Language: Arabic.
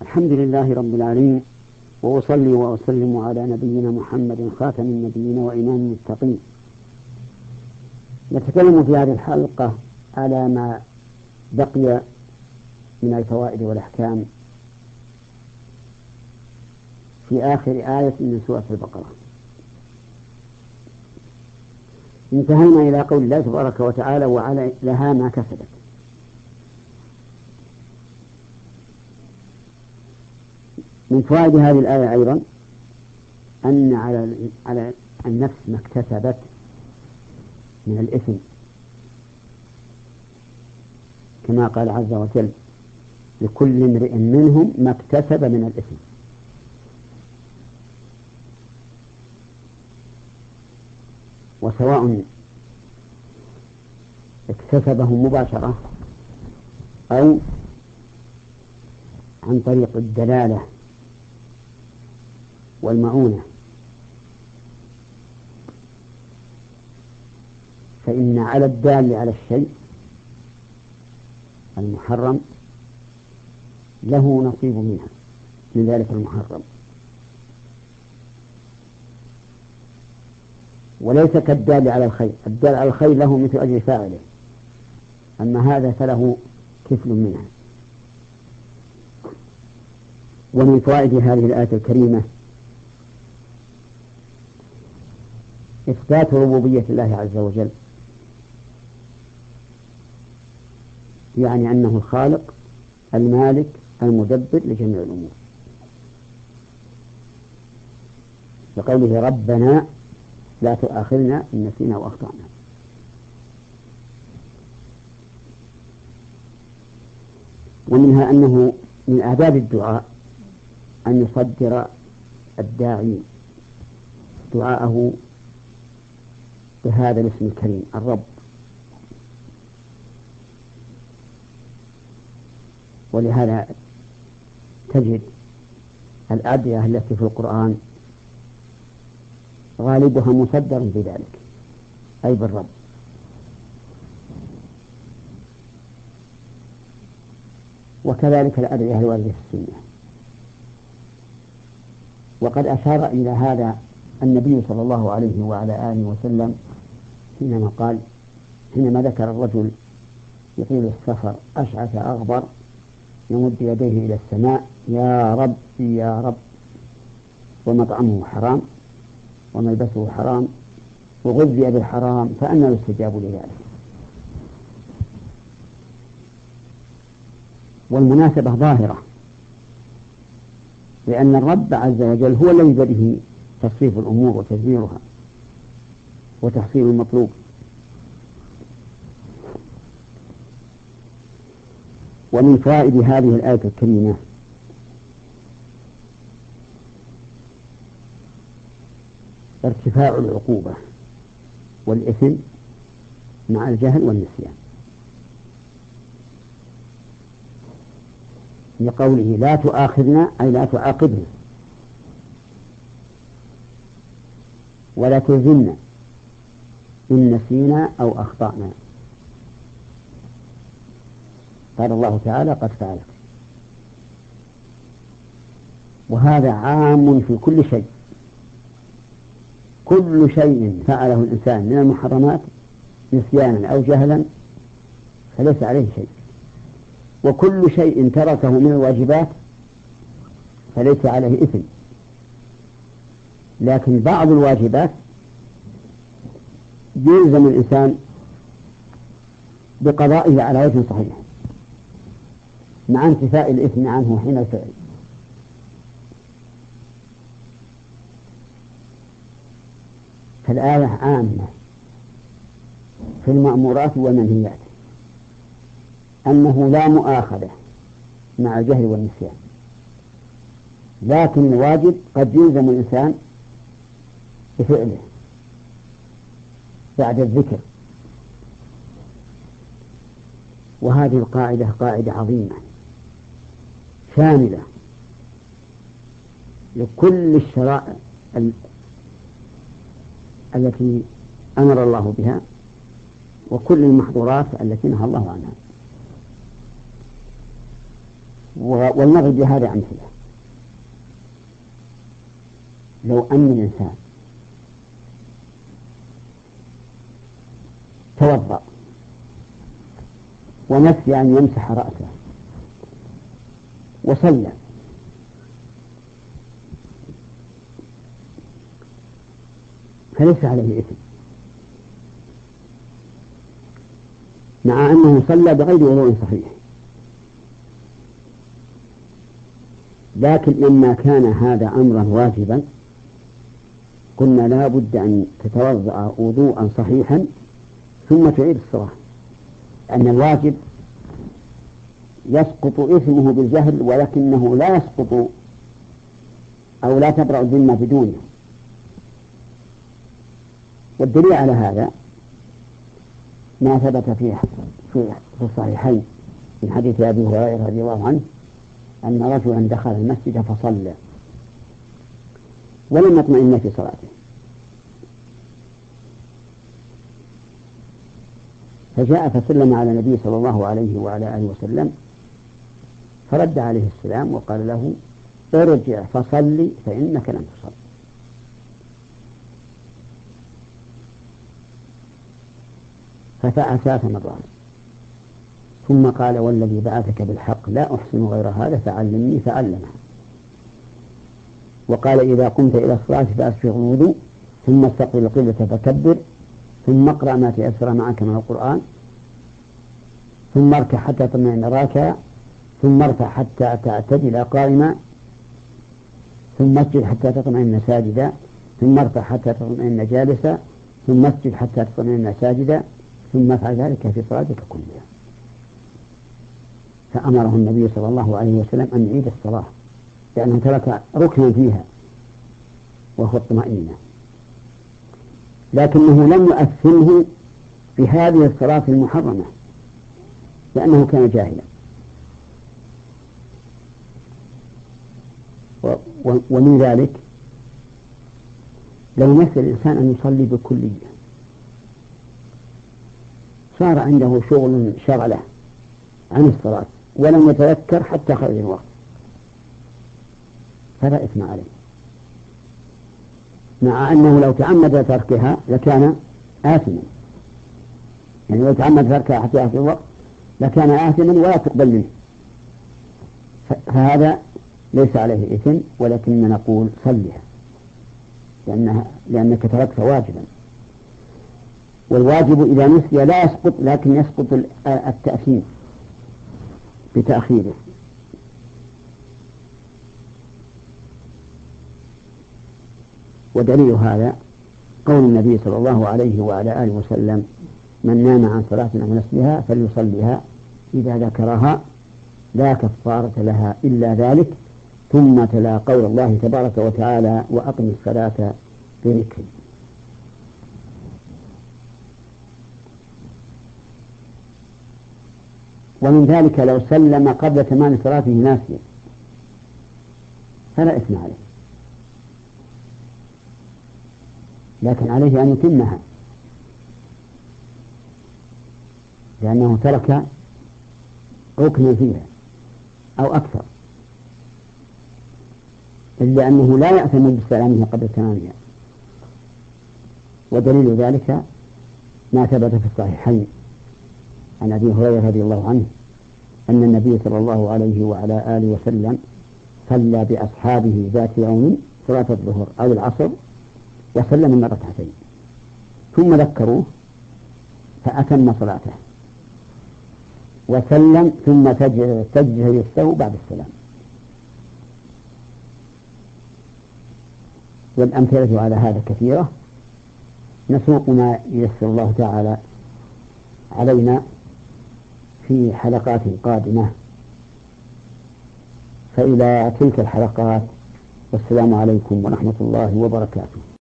الحمد لله رب العالمين، وأصلي وأسلم على نبينا محمد خاتم النبيين وإمام المتقين. نتكلم في هذه الحلقة على ما بقي من الفوائد والأحكام في آخر آية من سورة البقرة. انتهينا إلى قول الله تبارك وتعالى: وعلى لها ما كسبت. من فوائد هذه الآية أيضا أن على النفس ما اكتسبت من الإثم، كما قال عز وجل: لكل امرئ منهم ما اكتسب من الإثم. وسواء اكتسبه مباشرة أو عن طريق الدلالة والمعونة، فإن على الدال على الشيء المحرم له نصيب منها، من ذلك المحرم، وليس كالدال على الخير. الدال على الخير له مثل أجر فاعله، أما هذا فله كفل منها. ومن فوائد هذه الآية الكريمة إثبات ربوبية الله عز وجل، يعني أنه الخالق المالك المدبر لجميع الأمور، لقوله: ربنا لا تؤاخذنا إن نسينا وأخطأنا. ومنها أنه من آداب الدعاء أن يصدر الداعي دعاءه بهذا الاسم الكريم الرب. ولهذا تجد الأدعية التي في القرآن غالبها مصدر بذلك، أي بالرب. وكذلك الأدعية الواردة في السنة. وقد أشار إلى هذا النبي صلى الله عليه وعلى آله وسلم حينما ذكر الرجل يطيل السفر أشعث أغبر يمد يديه إلى السماء: يا رب يا رب، ومطعمه حرام وملبسه حرام وغذي بالحرام، فأنى يستجاب لذلك. والمناسبة ظاهرة، لأن الرب عز وجل هو الذي بيده تصريف الأمور وتدبيرها وتحصيل المطلوب. ومن فوائد هذه الآية الكريمة ارتفاع العقوبة والإثم مع الجهل والنسيان، لقوله: لا تؤاخذنا، أي لا تعاقبنا، ولا تلزمنا إن نسينا أو أخطأنا. قال الله تعالى: قد فعلت. وهذا عام في كل شيء. كل شيء فعله الإنسان من المحرمات نسيانا أو جهلا فليس عليه شيء، وكل شيء تركه من الواجبات فليس عليه إثم. لكن بعض الواجبات يلزم الإنسان بقضائه على وجه صحيح مع انتفاء الإثم عنه حين الفعل. فالآية عامة في المأمورات والمنهيات، أنه لا مؤاخذة مع الجهل والنسيان، لكن الواجب قد يلزم الإنسان بفعله بعد الذكر. وهذه القاعدة قاعدة عظيمة شاملة لكل الشرائع التي أمر الله بها وكل المحظورات التي نهى الله عنها. ولنضرب بهذا أمثلة. لو أن الإنسان توضأ ونسي أن يمسح رأسه وصلى، فليس عليه إثم، مع أنه صلى بغير وضوء صحيح. لكن لما كان هذا أمرا واجبا قلنا لا بد أن تتوضأ وضوءا صحيحا ثم تعيد الصلاة، أن الواجب يسقط إثمه بالجهل، ولكنه لا يسقط أو لا تبرأ الذمة بدونه. والدليل على هذا ما ثبت في الصحيحين من حديث أبي هريرة رضي الله عنه أن رجلا دخل المسجد فصلى ولم يطمئن في صلاته، فجاء فسلم على النبي صلى الله عليه وعلى آله وسلم، فرد عليه السلام وقال له ارجع فصلي فإنك لم تصل. ففعل 3 مرات ثم قال والذي بعثك بالحق لا أحسن غير هذا فعلمني فعلمه. وقال إذا قمت إلى الصلاة فأسبغ الوضوء ثم استقبل القبلة فكبر ثم اقرأ ما تيسر معك من القرآن ثم اركع حتى تطمئن راكعا ثم ارفع حتى تعتدل قائما ثم اسجد حتى تطمئن ساجدا ثم ارفع حتى تطمئن جالسا ثم اسجد حتى تطمئن ساجدا ثم افعل ذلك في صلاتك كلها. فأمره النبي صلى الله عليه وسلم أن يعيد الصلاة لأنه ترك ركنا فيها وهو الطمأنينة، لكنه لم يؤثمه بهذه الصلاة المحرمة لأنه كان جاهلا. ومن ذلك لو نسي الإنسان أن يصلي بكلية، صار عنده شغل شغله عن الصلاة ولم يتذكر حتى خرج الوقت، فلا إثم عليه، مع أنه لو تعمد تركها لكان آثما. يعني لو تعمد تركها حتى يأتي الوقت لكان آثما ولا تقبل منه، فهذا ليس عليه إثم، ولكن نقول صلها لأنك تركت واجبا. والواجب إذا نسي لا يسقط، لكن يسقط التأثيم بتأخيره. ودليل هذا قول النبي صلى الله عليه وعلى آله وسلم من نام عن صلاة أو نسيها فليصليها إذا ذكرها لا كفارة لها إلا ذلك، ثم تلا قول الله تبارك وتعالى وأقم الصلاة بذكري. ومن ذلك لو سلم قبل تمام صلاته ناسيا فلا إثم عليه، لكن عليه أن يتمها لأنه ترك ركنا فيها أو أكثر، إلا أنه لا يأثم باستلامها قبل تمامها. ودليل ذلك ما ثبت في الصحيحين عن أبي هريرة رضي الله عنه أن النبي صلى الله عليه وعلى آله وسلم صلى بأصحابه ذات يوم صلاة الظهر أو العصر وسلم من ركعتين ثم ذكروه فأتم صلاته وسلم ثم سجد يسته بعد السلام. والأمثلة على هذا كثيرة، نسوق ما ييسر الله تعالى علينا في حلقات قادمة. فإلى تلك الحلقات، والسلام عليكم ورحمة الله وبركاته.